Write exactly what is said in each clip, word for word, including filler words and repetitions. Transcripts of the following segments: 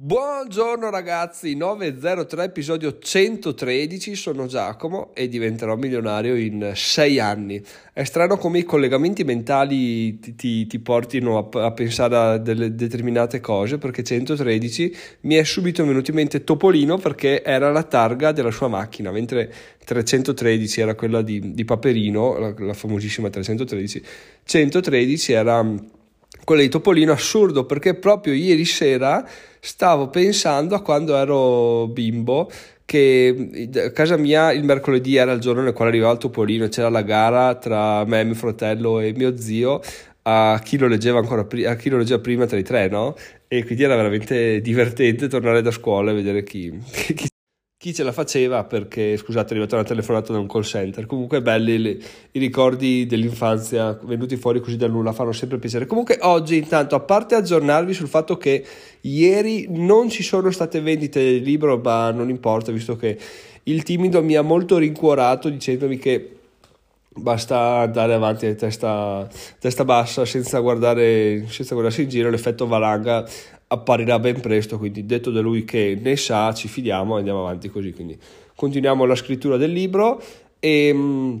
Buongiorno ragazzi, nove e zero tre episodio centotredici, sono Giacomo e diventerò milionario in sei anni. È strano come i collegamenti mentali ti, ti, ti portino a, a pensare a delle determinate cose, perché centotredici mi è subito venuto in mente Topolino perché era la targa della sua macchina, mentre trecentotredici era quella di, di Paperino, la, la famosissima trecentotredici, centotredici era quella di Topolino. Assurdo, perché proprio ieri sera stavo pensando a quando ero bimbo, che a casa mia il mercoledì era il giorno nel quale arrivava il Topolino, c'era la gara tra me, mio fratello e mio zio a chi lo leggeva ancora pri- a chi lo leggeva prima tra i tre, no? E quindi era veramente divertente tornare da scuola e vedere chi, chi chi ce la faceva, perché scusate è arrivata una telefonata da un call center. Comunque belli le, i ricordi dell'infanzia venuti fuori così dal nulla, fanno sempre piacere. Comunque oggi intanto, a parte aggiornarvi sul fatto che ieri non ci sono state vendite del libro, ma non importa, visto che il timido mi ha molto rincuorato dicendomi che basta andare avanti a testa, testa bassa senza guardare senza guardarsi in giro, l'effetto valanga apparirà ben presto. Quindi, detto da lui che ne sa, ci fidiamo e andiamo avanti così. Quindi continuiamo la scrittura del libro e,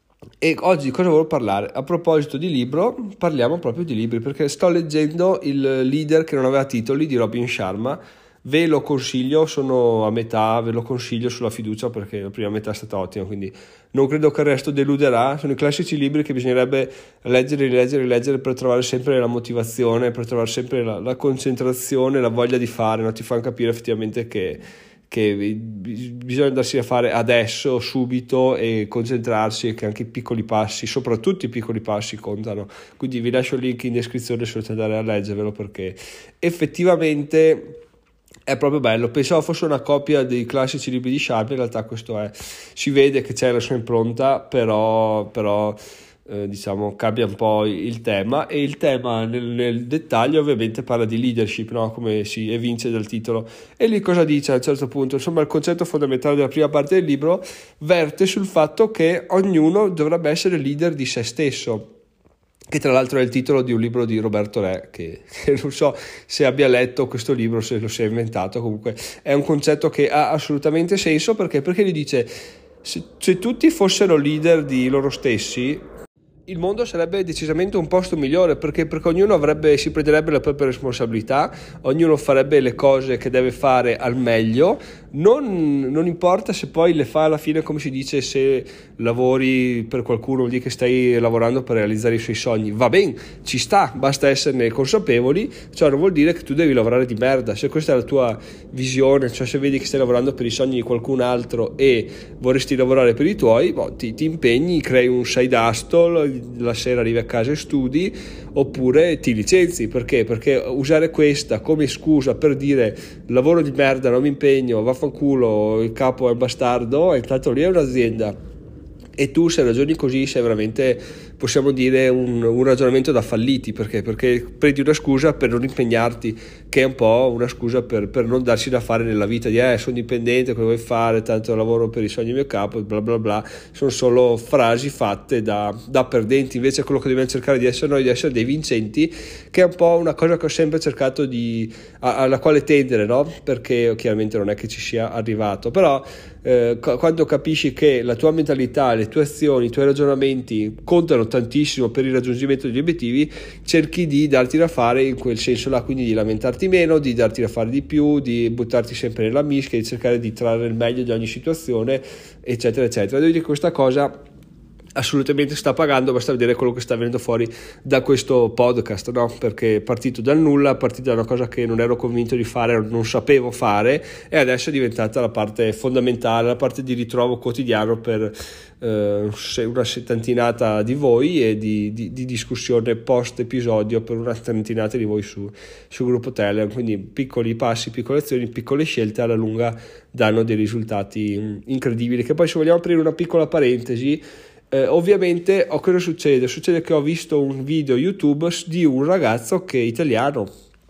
e oggi cosa volevo parlare? A proposito di libro, parliamo proprio di libri, perché sto leggendo Il leader che non aveva titoli di Robin Sharma. Ve lo consiglio, sono a metà, ve lo consiglio sulla fiducia perché la prima metà è stata ottima, quindi non credo che il resto deluderà. Sono i classici libri che bisognerebbe leggere, rileggere, rileggere per trovare sempre la motivazione, per trovare sempre la, la concentrazione, la voglia di fare, no? Ti fanno capire effettivamente che, che bisogna andarsi a fare adesso, subito, e concentrarsi, e che anche i piccoli passi, soprattutto i piccoli passi, contano. Quindi vi lascio il link in descrizione se volete andare a leggervelo, perché effettivamente è proprio bello. Pensavo fosse una copia dei classici libri di Sharma, in realtà questo è, si vede che c'è la sua impronta, però, però eh, diciamo cambia un po' il tema, e il tema nel, nel dettaglio ovviamente parla di leadership, no? Come si evince dal titolo. E lì cosa dice a un certo punto? Insomma, il concetto fondamentale della prima parte del libro verte sul fatto che ognuno dovrebbe essere leader di se stesso, che tra l'altro è il titolo di un libro di Roberto Re, che, che non so se abbia letto questo libro, se lo sia inventato. Comunque è un concetto che ha assolutamente senso, perché perché gli dice: se, se tutti fossero leader di loro stessi, il mondo sarebbe decisamente un posto migliore, perché, perché ognuno avrebbe, si prenderebbe le proprie responsabilità, ognuno farebbe le cose che deve fare al meglio, non, non importa se poi le fa alla fine, come si dice, se lavori per qualcuno vuol dire che stai lavorando per realizzare i suoi sogni, va bene, ci sta, basta esserne consapevoli. Ciò non vuol dire che tu devi lavorare di merda. Se questa è la tua visione, cioè se vedi che stai lavorando per i sogni di qualcun altro e vorresti lavorare per i tuoi, boh, ti, ti impegni, crei un side hustle, la sera arrivi a casa e studi, oppure ti licenzi. Perché? Perché usare questa come scusa per dire lavoro di merda, non mi impegno, vaffanculo, il capo è un bastardo, e intanto lì è un'azienda e tu, se ragioni così, sei veramente, possiamo dire, un, un ragionamento da falliti. Perché? Perché prendi una scusa per non impegnarti, che è un po' una scusa per, per non darsi da fare nella vita, di eh sono dipendente, cosa vuoi fare, tanto lavoro per i sogni del mio capo, bla bla bla. Sono solo frasi fatte da, da perdenti. Invece quello che dobbiamo cercare di essere noi, di essere dei vincenti, che è un po' una cosa che ho sempre cercato di, a, alla quale tendere, no? Perché chiaramente non è che ci sia arrivato, però eh, quando capisci che la tua mentalità, le tue azioni, i tuoi ragionamenti contano tantissimo per il raggiungimento degli obiettivi, cerchi di darti da fare in quel senso là, quindi di lamentarti meno, di darti da fare di più, di buttarti sempre nella mischia, di cercare di trarre il meglio di ogni situazione, eccetera eccetera. Devo dire che questa cosa assolutamente sta pagando, basta vedere quello che sta venendo fuori da questo podcast, no? Perché è partito dal nulla, è partito da una cosa che non ero convinto di fare, non sapevo fare, e adesso è diventata la parte fondamentale, la parte di ritrovo quotidiano per eh, una settantinata di voi, e di, di, di discussione post episodio per una trentinata di voi su, sul gruppo Telegram. Quindi piccoli passi, piccole azioni, piccole scelte alla lunga danno dei risultati incredibili. Che poi, se vogliamo aprire una piccola parentesi, Eh, ovviamente oh, cosa succede? Succede che ho visto un video YouTube di un ragazzo che italiano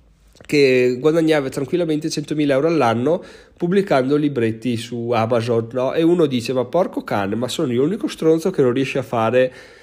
che guadagnava tranquillamente centomila euro all'anno pubblicando libretti su Amazon, no? E uno dice: ma porco cane, ma sono io l'unico stronzo che non riesce a fare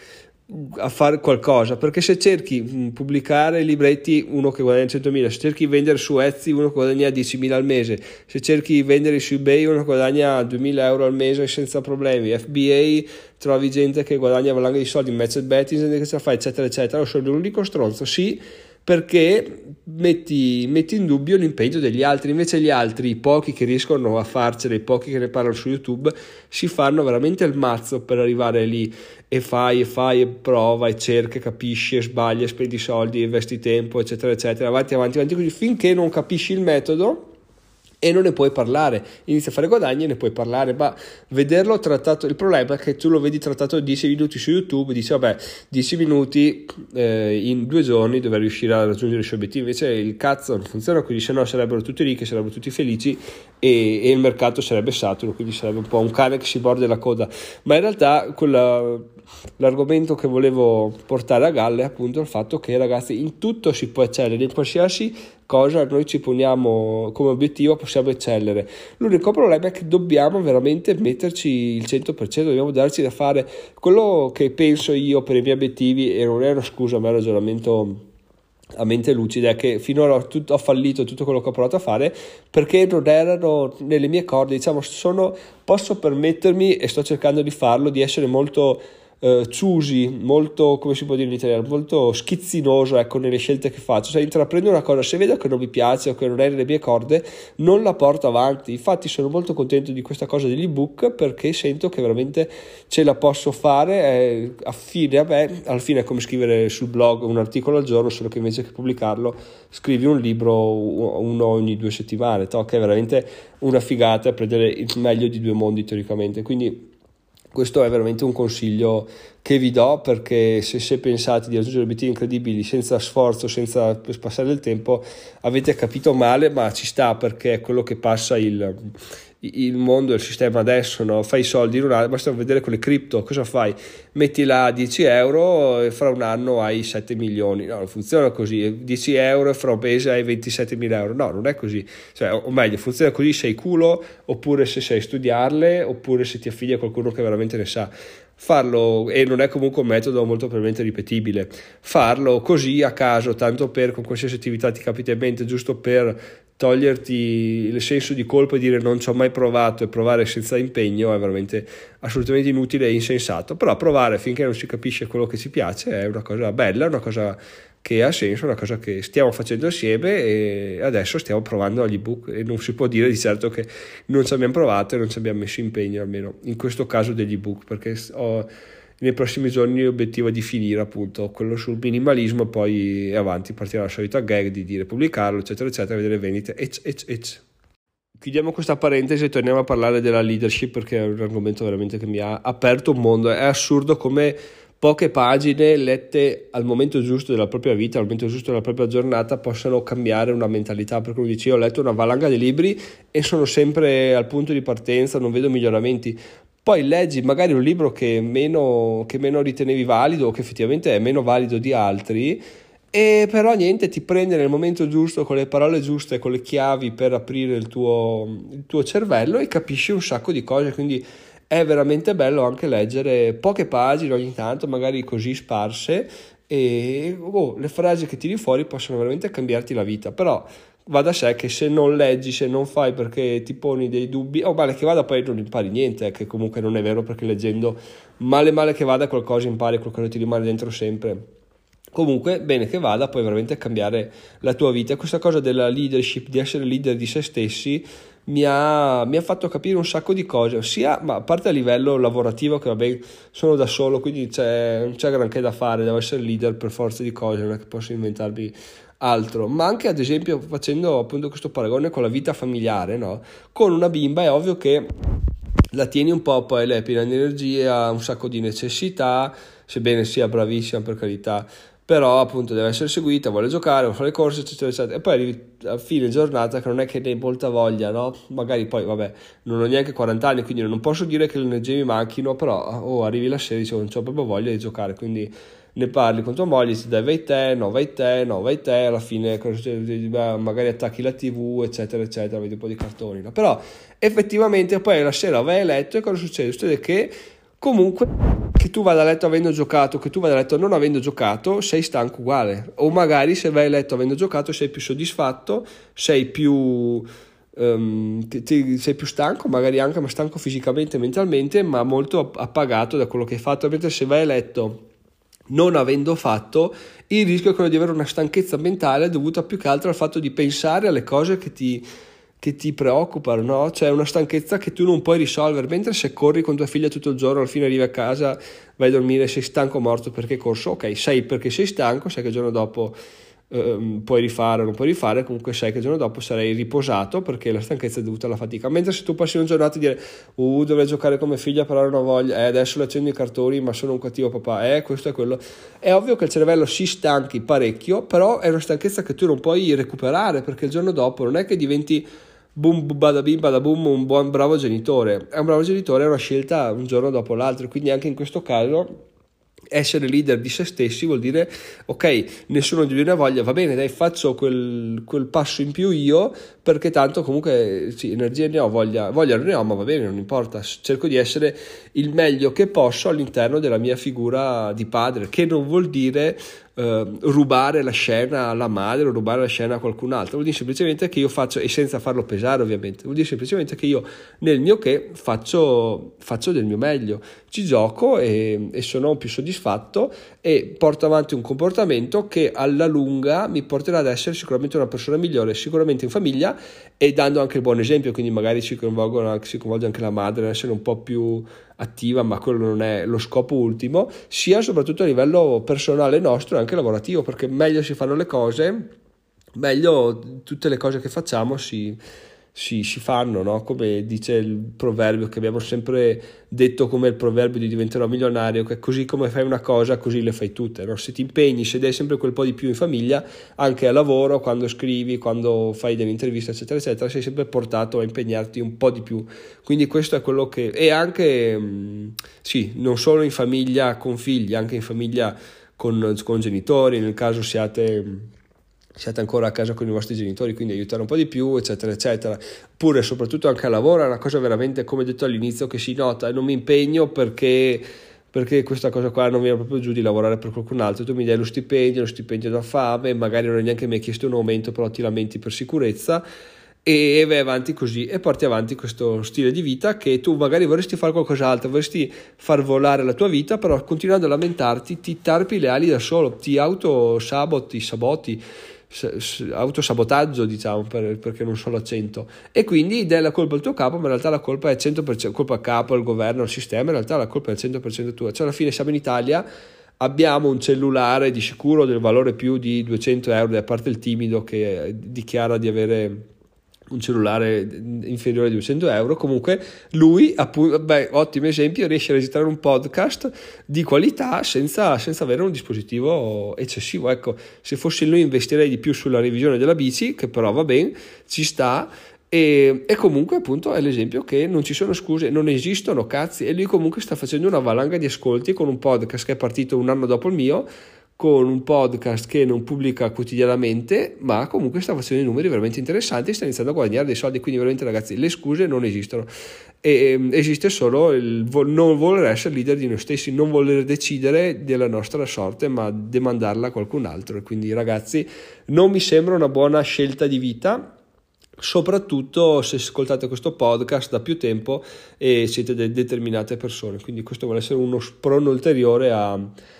a fare qualcosa, perché se cerchi mh, pubblicare libretti, uno che guadagna centomila, se cerchi vendere su Etsy, uno che guadagna diecimila al mese, se cerchi vendere su eBay, uno che guadagna duemila euro al mese senza problemi, F B A trovi gente che guadagna valanghe di soldi, match betting che ce la fa, eccetera eccetera. Sono l'unico stronzo, sì, perché metti, metti in dubbio l'impegno degli altri. Invece gli altri, i pochi che riescono a farcela, i pochi che ne parlano su YouTube, si fanno veramente il mazzo per arrivare lì, e fai e fai e prova e cerca, capisci e sbaglia, e spendi soldi, investi tempo, eccetera eccetera, avanti avanti avanti così, finché non capisci il metodo e non ne puoi parlare, inizi a fare guadagni e ne puoi parlare, ma vederlo trattato, il problema è che tu lo vedi trattato dieci minuti su YouTube, dici vabbè, dieci minuti eh, in due giorni dove riuscire a raggiungere i suoi obiettivi. Invece il cazzo non funziona così, se no sarebbero tutti ricchi, sarebbero tutti felici e, e il mercato sarebbe saturo, quindi sarebbe un po' un cane che si morde la coda. Ma in realtà quella, l'argomento che volevo portare a galle è appunto il fatto che, ragazzi, in tutto si può eccellere, in qualsiasi cosa noi ci poniamo come obiettivo possiamo eccellere. L'unico problema è che dobbiamo veramente metterci il cento per cento, dobbiamo darci da fare. Quello che penso io per i miei obiettivi, e non è una scusa ma è un ragionamento a mente lucida, è che finora ho, tutto, ho fallito tutto quello che ho provato a fare perché non erano nelle mie corde, diciamo. Sono, posso permettermi, e sto cercando di farlo, di essere molto Uh, choosy, molto, come si può dire in italiano, molto schizzinoso, ecco, nelle scelte che faccio. Se intraprendo una cosa, se vedo che non mi piace o che non è nelle mie corde, non la porto avanti. Infatti sono molto contento di questa cosa degli ebook, perché sento che veramente ce la posso fare, è affine a me. Alla fine è come scrivere sul blog un articolo al giorno, solo che invece che pubblicarlo scrivi un libro uno ogni due settimane, to, che è veramente una figata, prendere il meglio di due mondi teoricamente. Quindi questo è veramente un consiglio che vi do, perché se, se pensate di raggiungere obiettivi incredibili senza sforzo, senza passare del tempo, avete capito male, ma ci sta, perché è quello che passa il, il mondo, il sistema adesso, no? Fai i soldi in un anno, basta vedere con le cripto, cosa fai? Metti là dieci euro e fra un anno hai sette milioni, no, non funziona così. Dieci euro e fra un mese hai ventisettemila euro, no, non è così, cioè, o meglio, funziona così sei culo, oppure se sai studiarle, oppure se ti affidi a qualcuno che veramente ne sa. Farlo, e non è comunque un metodo molto probabilmente ripetibile, farlo così a caso, tanto per, con qualsiasi attività ti capita in mente, giusto per toglierti il senso di colpa e dire non ci ho mai provato, e provare senza impegno è veramente assolutamente inutile e insensato. Però provare finché non si capisce quello che ci piace è una cosa bella, una cosa che ha senso, una cosa che stiamo facendo assieme, e adesso stiamo provando agli ebook, e non si può dire di certo che non ci abbiamo provato e non ci abbiamo messo impegno, almeno in questo caso degli ebook, perché ho nei prossimi giorni l'obiettivo è di finire appunto quello sul minimalismo, e poi avanti partirà la solita gag di dire pubblicarlo, eccetera eccetera, vedere vendite, ecc, ecc, ecc. Chiudiamo questa parentesi e torniamo a parlare della leadership, perché è un argomento veramente che mi ha aperto un mondo. È assurdo come poche pagine lette al momento giusto della propria vita, al momento giusto della propria giornata, possano cambiare una mentalità. Perché uno dice: io ho letto una valanga di libri e sono sempre al punto di partenza, non vedo miglioramenti. Poi leggi magari un libro che meno, che meno ritenevi valido, o che effettivamente è meno valido di altri, e però niente, ti prende nel momento giusto, con le parole giuste, con le chiavi per aprire il tuo, il tuo cervello, e capisci un sacco di cose. Quindi è veramente bello anche leggere poche pagine ogni tanto, magari così sparse, e oh, le frasi che tiri fuori possono veramente cambiarti la vita. Però va da sé che se non leggi, se non fai perché ti poni dei dubbi, o oh, male che vada poi non impari niente, eh, che comunque non è vero, perché leggendo male male che vada qualcosa impari, qualcosa ti rimane dentro sempre. Comunque, bene che vada, puoi veramente cambiare la tua vita. Questa cosa della leadership, di essere leader di se stessi, mi ha, mi ha fatto capire un sacco di cose, sia, ma a parte a livello lavorativo, che vabbè, sono da solo, quindi c'è, non c'è granché da fare, devo essere leader per forza di cose, non è che posso inventarmi altro. Ma anche, ad esempio, facendo appunto questo paragone con la vita familiare, no? Con una bimba è ovvio che la tieni un po', poi lei è piena di energie, ha un sacco di necessità, sebbene sia bravissima, per carità, però appunto deve essere seguita, vuole giocare, vuole fare le corse, eccetera eccetera, e poi arrivi a fine giornata che non è che ne hai molta voglia, no? Magari poi vabbè, non ho neanche quaranta anni, quindi non posso dire che le energie mi manchino, però oh, arrivi la sera e dici: non c'ho proprio voglia di giocare, quindi ne parli con tua moglie, ti dai vai te, no vai te, no vai te, alla fine magari attacchi la tivù, eccetera eccetera, vedi un po' di cartoni, no? Però effettivamente poi la sera vai a letto e cosa succede? Succede che comunque che che tu vada a letto avendo giocato, che tu vada a letto non avendo giocato, sei stanco uguale, o magari se vai a letto avendo giocato sei più soddisfatto, sei più um, ti, ti, sei più stanco, magari anche ma stanco fisicamente e mentalmente, ma molto appagato da quello che hai fatto, mentre se vai a letto non avendo fatto, il rischio è quello di avere una stanchezza mentale dovuta più che altro al fatto di pensare alle cose che ti che ti preoccupano, no? Cioè una stanchezza che tu non puoi risolvere, mentre se corri con tua figlia tutto il giorno, alla fine arrivi a casa, vai a dormire, sei stanco morto perché hai corso, ok, sai perché sei stanco, sai che il giorno dopo ehm, puoi rifare o non puoi rifare, comunque sai che il giorno dopo sarai riposato perché la stanchezza è dovuta alla fatica, mentre se tu passi una giornata a dire uh dovrei giocare come figlia però non ho voglia, eh adesso le accendo i cartoni ma sono un cattivo papà, eh questo è quello, è ovvio che il cervello si stanchi parecchio, però è una stanchezza che tu non puoi recuperare perché il giorno dopo non è che diventi boom bada bim bada boom un buon bravo genitore, è un bravo genitore, è una scelta un giorno dopo l'altro, quindi anche in questo caso essere leader di se stessi vuol dire ok, nessuno di noi ne ha voglia, va bene dai, faccio quel, quel passo in più io perché tanto comunque sì, energia ne ho, voglia, voglia non ne ho, ma va bene, non importa, cerco di essere il meglio che posso all'interno della mia figura di padre, che non vuol dire Uh, rubare la scena alla madre o rubare la scena a qualcun altro, vuol dire semplicemente che io faccio, e senza farlo pesare ovviamente, vuol dire semplicemente che io nel mio che faccio, faccio del mio meglio, ci gioco e, e sono più soddisfatto e porto avanti un comportamento che alla lunga mi porterà ad essere sicuramente una persona migliore, sicuramente in famiglia e dando anche il buon esempio, quindi magari si coinvolgono, si coinvolge anche la madre ad essere un po' più attiva, ma quello non è lo scopo ultimo, sia soprattutto a livello personale nostro e anche lavorativo, perché meglio si fanno le cose, meglio tutte le cose che facciamo si, si, si fanno, no? Come dice il proverbio che abbiamo sempre detto, come il proverbio di diventerò milionario, che così come fai una cosa così le fai tutte, no? Se ti impegni, se dai sempre quel po' di più in famiglia, anche al lavoro, quando scrivi, quando fai delle interviste eccetera eccetera, sei sempre portato a impegnarti un po' di più, quindi questo è quello che, e anche sì, non solo in famiglia con figli, anche in famiglia con, con genitori, nel caso siate siate ancora a casa con i vostri genitori, quindi aiutare un po' di più eccetera eccetera, pure soprattutto anche al lavoro è una cosa veramente, come detto all'inizio, che si nota, e non mi impegno perché perché questa cosa qua non viene proprio giù di lavorare per qualcun altro, tu mi dai lo stipendio, lo stipendio da fame, magari non hai neanche mai chiesto un aumento però ti lamenti per sicurezza e vai avanti così e porti avanti questo stile di vita che tu magari vorresti fare qualcos'altro, vorresti far volare la tua vita, però continuando a lamentarti ti tarpi le ali da solo, ti autosaboti, saboti, autosabotaggio diciamo per, perché non so l'accento, e quindi dai la colpa al tuo capo, ma in realtà la colpa è cento per cento colpa al capo, al governo, al sistema, in realtà la colpa è al cento per cento tua, cioè alla fine siamo in Italia, abbiamo un cellulare di sicuro del valore più di duecento euro, a parte il timido che dichiara di avere un cellulare inferiore a duecento euro, comunque lui, appunto, beh, ottimo esempio, riesce a registrare un podcast di qualità senza, senza avere un dispositivo eccessivo. Ecco, se fossi lui investirei di più sulla revisione della bici, che però va bene, ci sta, e, e comunque appunto è l'esempio che non ci sono scuse, non esistono cazzi, e lui comunque sta facendo una valanga di ascolti con un podcast che è partito un anno dopo il mio, con un podcast che non pubblica quotidianamente, ma comunque sta facendo dei numeri veramente interessanti e sta iniziando a guadagnare dei soldi, quindi veramente ragazzi le scuse non esistono, e esiste solo il vo- non voler essere leader di noi stessi, non voler decidere della nostra sorte ma demandarla a qualcun altro, e quindi ragazzi non mi sembra una buona scelta di vita, soprattutto se ascoltate questo podcast da più tempo e siete de- determinate persone, quindi questo vuole essere uno sprono ulteriore a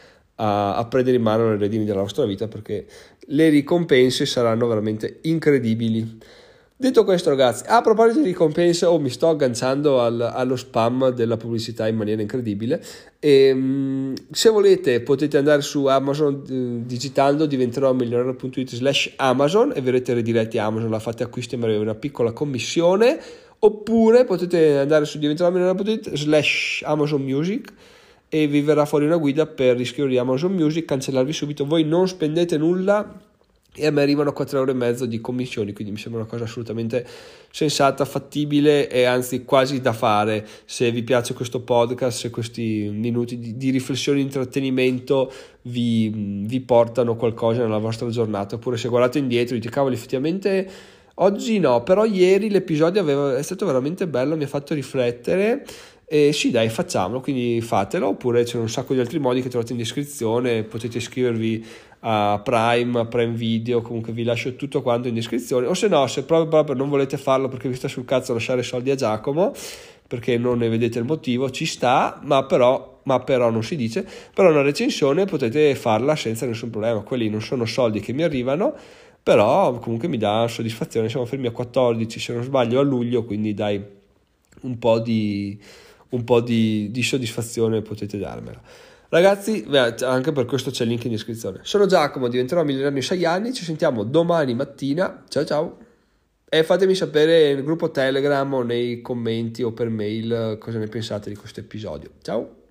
A, a prendere in mano le redini della vostra vita, perché le ricompense saranno veramente incredibili. Detto questo ragazzi, a proposito di ricompense, oh, mi sto agganciando al, allo spam della pubblicità in maniera incredibile, e, um, se volete potete andare su Amazon eh, digitando diventerò milionario punto it slash Amazon e verrete rediretti a Amazon, la fate acquisto e mi arriva una piccola commissione, oppure potete andare su diventerò milionario punto it slash Amazon Music e vi verrà fuori una guida per iscrivervi a Amazon Music, cancellarvi subito, voi non spendete nulla e a me arrivano quattro euro e mezzo di commissioni, quindi mi sembra una cosa assolutamente sensata, fattibile e anzi quasi da fare. Se vi piace questo podcast, se questi minuti di, di riflessione e intrattenimento vi, vi portano qualcosa nella vostra giornata, oppure se guardate indietro e dite cavolo effettivamente oggi no, però ieri l'episodio aveva, è stato veramente bello, mi ha fatto riflettere, E sì, dai, facciamolo, quindi fatelo, oppure c'è un sacco di altri modi che trovate in descrizione, potete iscrivervi a Prime, a Prime Video, comunque vi lascio tutto quanto in descrizione, o se no, se proprio, proprio non volete farlo perché vi sta sul cazzo lasciare soldi a Giacomo, perché non ne vedete il motivo, ci sta, ma però, ma però non si dice, però una recensione potete farla senza nessun problema, quelli non sono soldi che mi arrivano, però comunque mi dà soddisfazione, siamo fermi a quattordici se non sbaglio a luglio, quindi dai, un po' di, un po' di, di soddisfazione potete darmela. Ragazzi, anche per questo c'è il link in descrizione. Sono Giacomo, diventerò milionario in sei anni, ci sentiamo domani mattina, ciao ciao! E fatemi sapere nel gruppo Telegram o nei commenti o per mail cosa ne pensate di questo episodio. Ciao!